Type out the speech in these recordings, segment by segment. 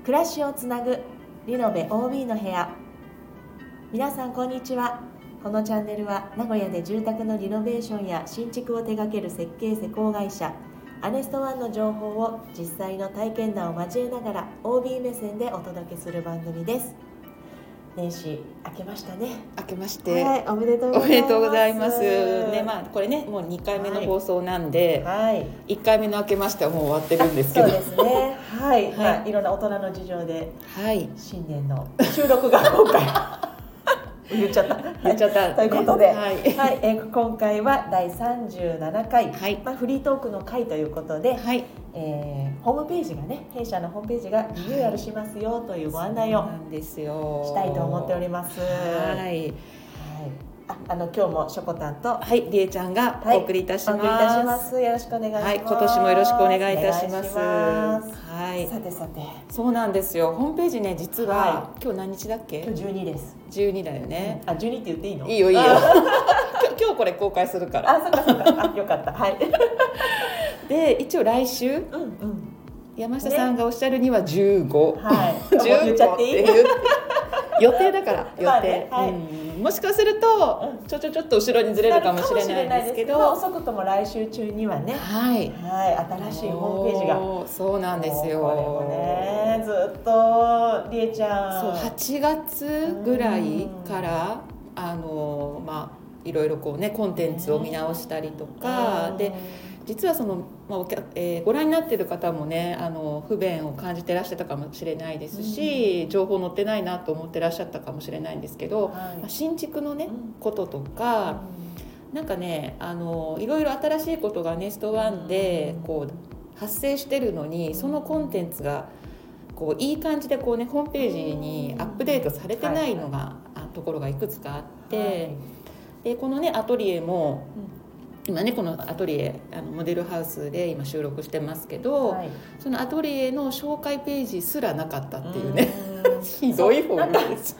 暮らしをつなぐリノベ OB の部屋。皆さんこんにちは。このチャンネルは名古屋で住宅のリノベーションや新築を手掛ける設計施工会社アネストワンの情報を実際の体験談を交えながら OB 目線でお届けする番組です。年始明けましたね。 明けまして、 はい、おめでとうございますね。これねもう2回目の放送なんで、1回目の明けましてはもう終わってるんですけど、 そうですね。はい、いろんな大人の事情で、新年の収録が今回言っちゃったということで、今回は第37回、フリートークの回ということで、ホームページがね、弊社のホームページがリニューアルしますよというご案内をしたいと思っております。今日もしょこたんとりえちゃんがお送りいたします。 よろしくお願いします。 今年もよろしくお願いいたします。 さて、 そうなんですよ。ホームページね、実は今日何日だっけ？ 今日12です。 12だよね。 12って言っていいの？ いいよ。今日これ公開するから。 そうか。よかった。 で、一応来週、山下さんがおっしゃるには15。 言っちゃっていい？ 予定だから予定。もしかするとちょっと後ろにずれるかもしれないですけど、 遅くとも来週中にはね、新しいホームページが。そうなんですよ。これもね、ずっとりえちゃん、 8月ぐらいからいろいろこうねコンテンツを見直したりとかで。実はご覧になっている方もね不便を感じてらっしゃったかもしれないですし、情報載ってないなと思ってらっしゃったかもしれないんですけど、新築のねこととか、なんかねいろいろ新しいことがネストワンでこう発生してるのに、そのコンテンツがこういい感じでこうねホームページにアップデートされてないのがところがいくつかあって、でこのねアトリエも今ねこのアトリエモデルハウスで今収録してますけど、そのアトリエの紹介ページすらなかったっていうねひどい方です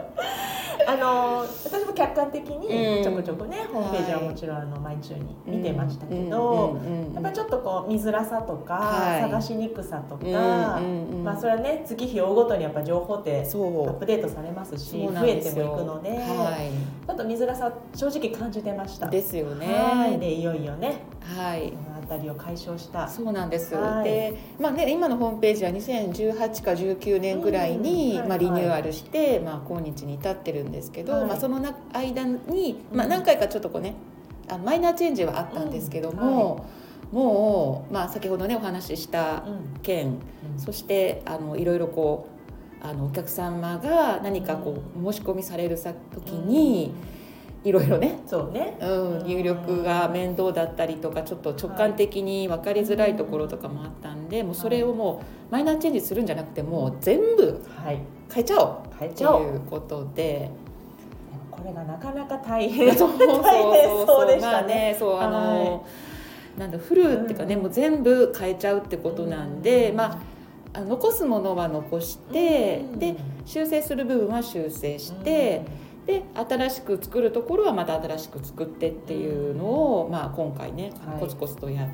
私も客観的にちょこちょこね、ホームページはもちろん毎日に見てましたけど、やっぱりちょっとこう見づらさとか、探しにくさとか、それはね月日を追うごとにやっぱ情報ってアップデートされますし、増えてもいくので、ちょっと見づらさ正直感じてましたですよね。 でいよいよね、この辺りを解消した。 そうなんです。で、今のホームページは2018か19年ぐらいにリニューアルして、今日に至ってるんですけど、その間に、何回かちょっとこうねマイナーチェンジはあったんですけども、もう、先ほどねお話しした件、そしていろいろこうお客様が何かこう申し込みされる時に、いろいろね、入力が面倒だったりとか、ちょっと直感的に分かりづらいところとかもあったんで、もうそれをもうマイナーチェンジするんじゃなくて、もう全部変えちゃおうっていうことで、 これがなかなか大変そうでしたね。 なんだフルっていうかね、もう全部変えちゃうってことなんで、残すものは残して、で修正する部分は修正して、で新しく作るところはまた新しく作ってっていうのを、今回ねコツコツとやって、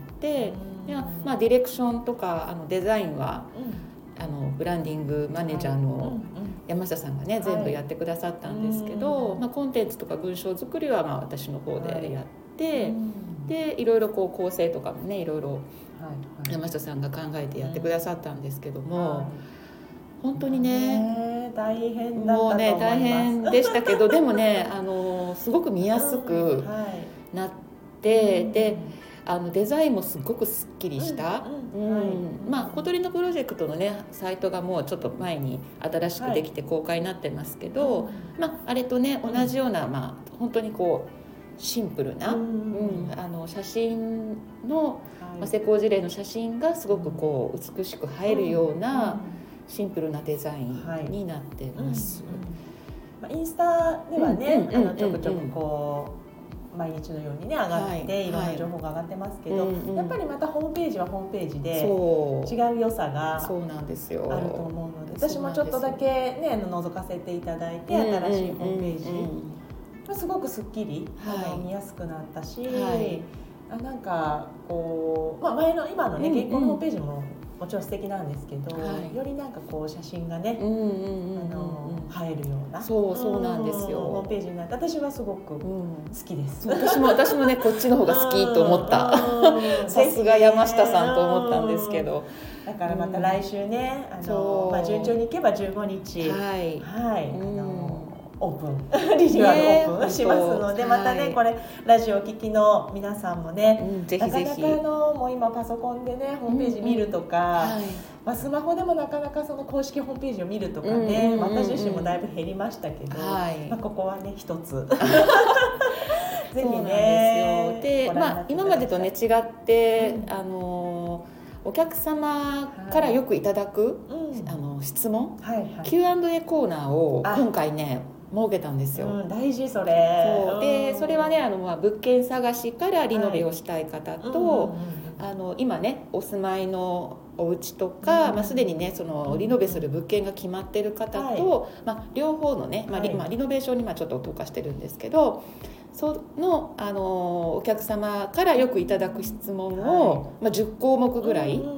ディレクションとかデザインは、ブランディングマネージャーの山下さんがね全部やってくださったんですけど、コンテンツとか文章作りは私の方でやって、でいろいろこう構成とかもねいろいろ山下さんが考えてやってくださったんですけども、本当にね大変だったと思います。 もうね大変でしたけどでもねすごく見やすくなって、でデザインもすごくすっきりした。小鳥のプロジェクトのねサイトがもうちょっと前に新しくできて公開になってますけど、あれとね同じような、本当にこうシンプルな、写真の、施工事例の写真がすごくこう美しく映えるようなシンプルなデザインになってます。 インスタではね、ちょくちょくこう毎日のようにね上がって、いろんな情報が上がってますけど、やっぱりまたホームページはホームページで違う良さがあると思うので、私もちょっとだけね覗かせていただいて、新しいホームページすごくすっきり見やすくなったし、なんかこう、今のね現行のホームページももちろん素敵なんですけど、よりなんかこう写真がね映えるようなそうなんですよ。 ホームページになって私はすごく好きです。 私もねこっちの方が好きと思った。さすが山下さんと思ったんですけど。 だからまた来週ね順調にいけば15日オープンリニューアルオープンしますので、またねこれラジオ聴きの皆さんもね、 ぜひぜひなかなかもう今パソコンでねホームページ見るとか、スマホでもなかなかその公式ホームページを見るとかね、私自身もだいぶ減りましたけど、ここはね一つぜひね。 で、今までとね違ってお客様からよくいただく質問、Q&A コーナーを今回ね設けたんですよ。 大事それ。 でそれはね物件探しからリノベをしたい方と、今ねお住まいのお家とか、すでにねそのリノベする物件が決まっている方と、両方のね、リノベーションにちょっと特化してるんですけど、その、お客様からよくいただく質問を、10項目ぐらい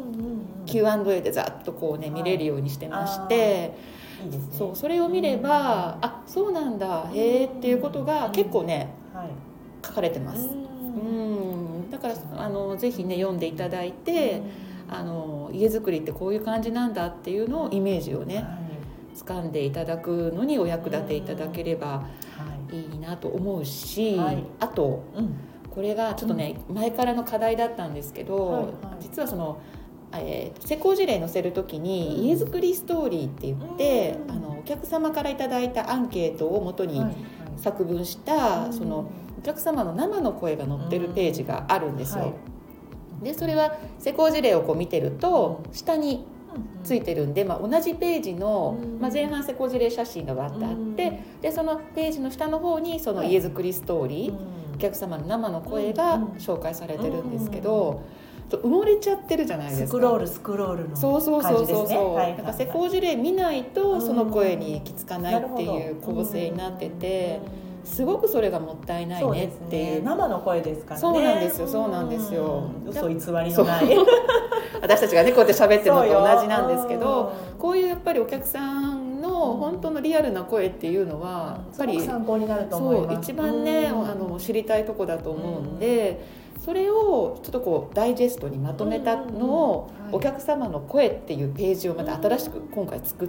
Q&A でざっとこうね見れるようにしてまして、それを見ればそうなんだへえっていうことが結構ね、書かれてます。だからぜひね読んでいただいて、家づくりってこういう感じなんだっていうのをイメージをね、掴んでいただくのにお役立ていただければいいなと思うし、あと、これがちょっとね、前からの課題だったんですけど、実はその施工事例載せる時に家づくりストーリーって言って、お客様からいただいたアンケートをもとに作文した、そのお客様の生の声が載ってるページがあるんですよ。でそれは施工事例をこう見てると下についてるんで、同じページの、前半施工事例写真がわってあって、でそのページの下の方にその家づくりストーリー、お客様の生の声が紹介されてるんですけど、埋もれちゃってるじゃないですか。 スクロールの感じですね。 だから施工事例見ないとその声に行き着かないっていう構成になってて、すごくそれがもったいないねっていう。 生の声ですからね。 そうなんですよ。 嘘偽りのない私たちがねこうやって喋ってるのと同じなんですけど、こういうやっぱりお客さんの本当のリアルな声っていうのはやっぱり参考になると思います。 一番ね知りたいとこだと思うんで。それをちょっとこうダイジェストにまとめたのをお客様の声っていうページをまた新しく今回作って、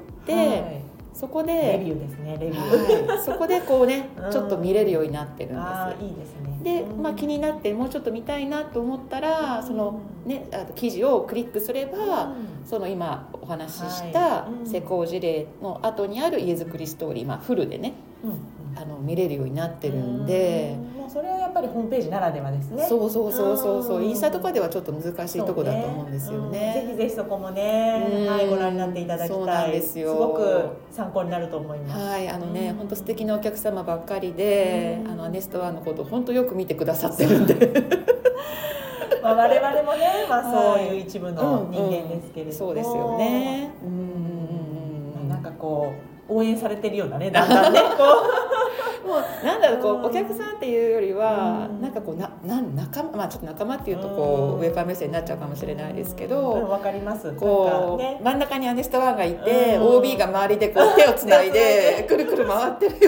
そこでレビューですね、レビュー、 そこでこうねちょっと見れるようになってるんです。 いいですね。 で、気になってもうちょっと見たいなと思ったら、そのね記事をクリックすれば、その今お話しした施工事例の後にある家づくりストーリー、フルでね、見れるようになってるんで、 もうそれはやっぱりホームページならではですね。 そうインスタとかではちょっと難しいとこだと思うんですよね。 ぜひぜひそこもね、ご覧になっていただきたい。そうなんですよ。すごく参考になると思います。 本当素敵なお客様ばっかりで、アネストワンのこと本当よく見てくださってるんで。 我々もね、そういう一部の人間ですけれども、 そうですよね。 なんかこう応援されてるようなね、だんだんね、 もうなんだろう、こうお客さんっていうよりはなんかこう仲間、ちょっと仲間っていうとこう上から目線になっちゃうかもしれないですけど、 わかります。 こう真ん中にアネストワンがいて、OB が周りでこう手をつないでくるくる回ってるよ。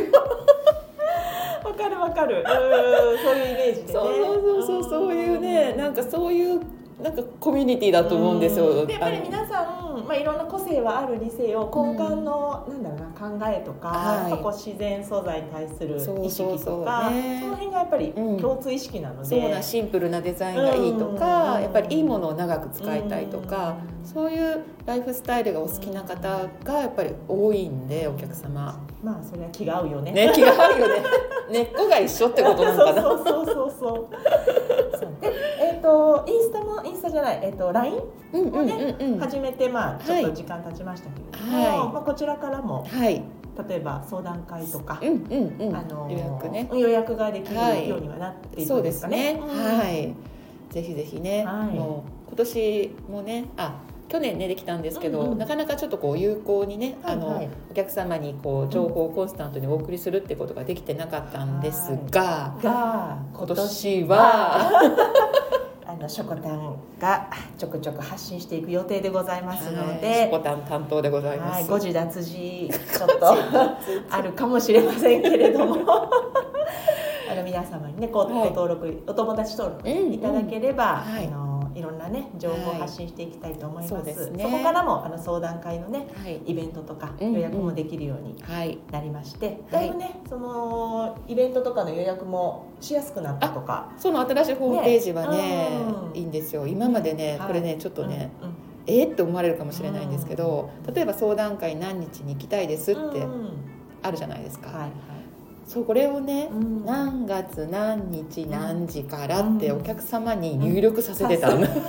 わかる。そういうイメージでね。 そういうね、なんかそういうなんかコミュニティだと思うんですよ。 でやっぱり皆さん、いろんな個性はあるにせよ、根幹のなんだろうな、考えとか、こう自然素材に対する意識とか、その辺がやっぱり共通意識なので、 そうなシンプルなデザインがいいとか、やっぱりいいものを長く使いたいとか、そういうライフスタイルがお好きな方がやっぱり多いんで、お客様。 それは気が合うよね。 気が合うよね。根っこが一緒ってことなのかな。 そう。で、インスタじゃない、LINE をね始めてちょっと時間経ちましたけれども、こちらからも例えば相談会とか予約ができるようにはなっているんですかね。ぜひぜひね、もう今年もね、去年ねできたんですけど、なかなかちょっとこう有効にね、お客様にこう情報をコンスタントにお送りするってことができてなかったんですが、今年はしょこたんがちょくちょく発信していく予定でございますので、 しょこたん担当でございます。 誤字脱字ちょっとあるかもしれませんけれども皆様にねご登録、お友達登録いただければ、いろんなね情報を発信していきたいと思います。そこからも相談会のね、イベントとか予約もできるようになりまして、だいぶねそのイベントとかの予約もしやすくなったとか、 その新しいホームページはねいいんですよ。今までねこれねちょっとねって思われるかもしれないんですけど、例えば相談会何日に行きたいですってあるじゃないですか。そうこれをね、何月何日何時からってお客様に入力させてたの、そ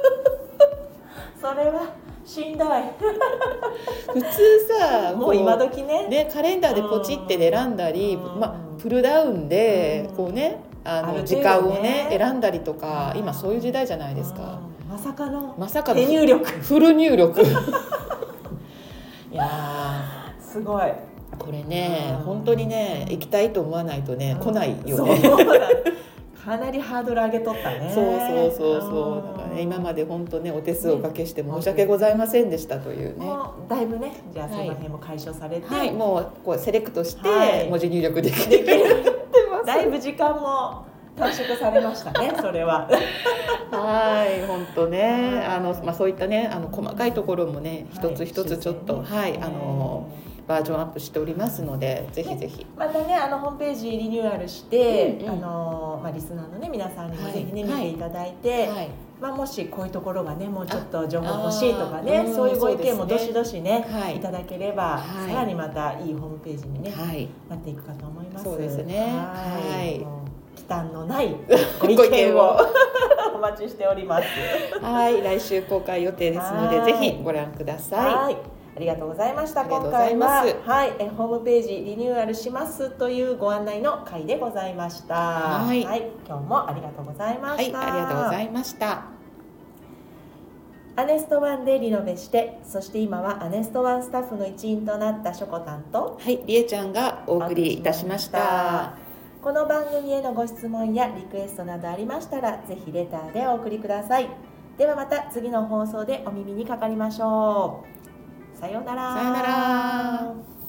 れはしんどい普通さもう今時ねカレンダーでポチって選んだり、プルダウンでこうね時間をね選んだりとか、今そういう時代じゃないですか。 まさかの手入力フル入力いやすごいこれね本当にね行きたいと思わないとね来ないよね。 かなりハードル上げとったね。 そうだからね今まで本当ねお手数をおかけして申し訳ございませんでしたというね。 だいぶねじゃあその辺も解消されて、 もうこうセレクトして文字入力できる。 だいぶ時間も短縮されましたねそれは。 本当ねそういったね細かいところもね一つ一つちょっとバージョンアップしておりますので、ぜひぜひまたねホームページリニューアルして、リスナーのね皆さんにもぜひね見ていただいて、もしこういうところがねもうちょっと情報欲しいとかね、そういうご意見もどしどしねいただければ、さらにまたいいホームページにねなっていくかと思います。 そうですね。 忌憚のないご意見をお待ちしております。 来週公開予定ですのでぜひご覧ください。 ありがとうございました。今回はホームページリニューアルしますというご案内の回でございました。今日もありがとうございました。 ありがとうございました。 アネストワンでリノベして、そして今はアネストワンスタッフの一員となったしょこたんとりえちゃんがお送りいたしました。 この番組へのご質問やリクエストなどありましたらぜひレターでお送りください。ではまた次の放送でお耳にかかりましょう。さようなら。 さようなら。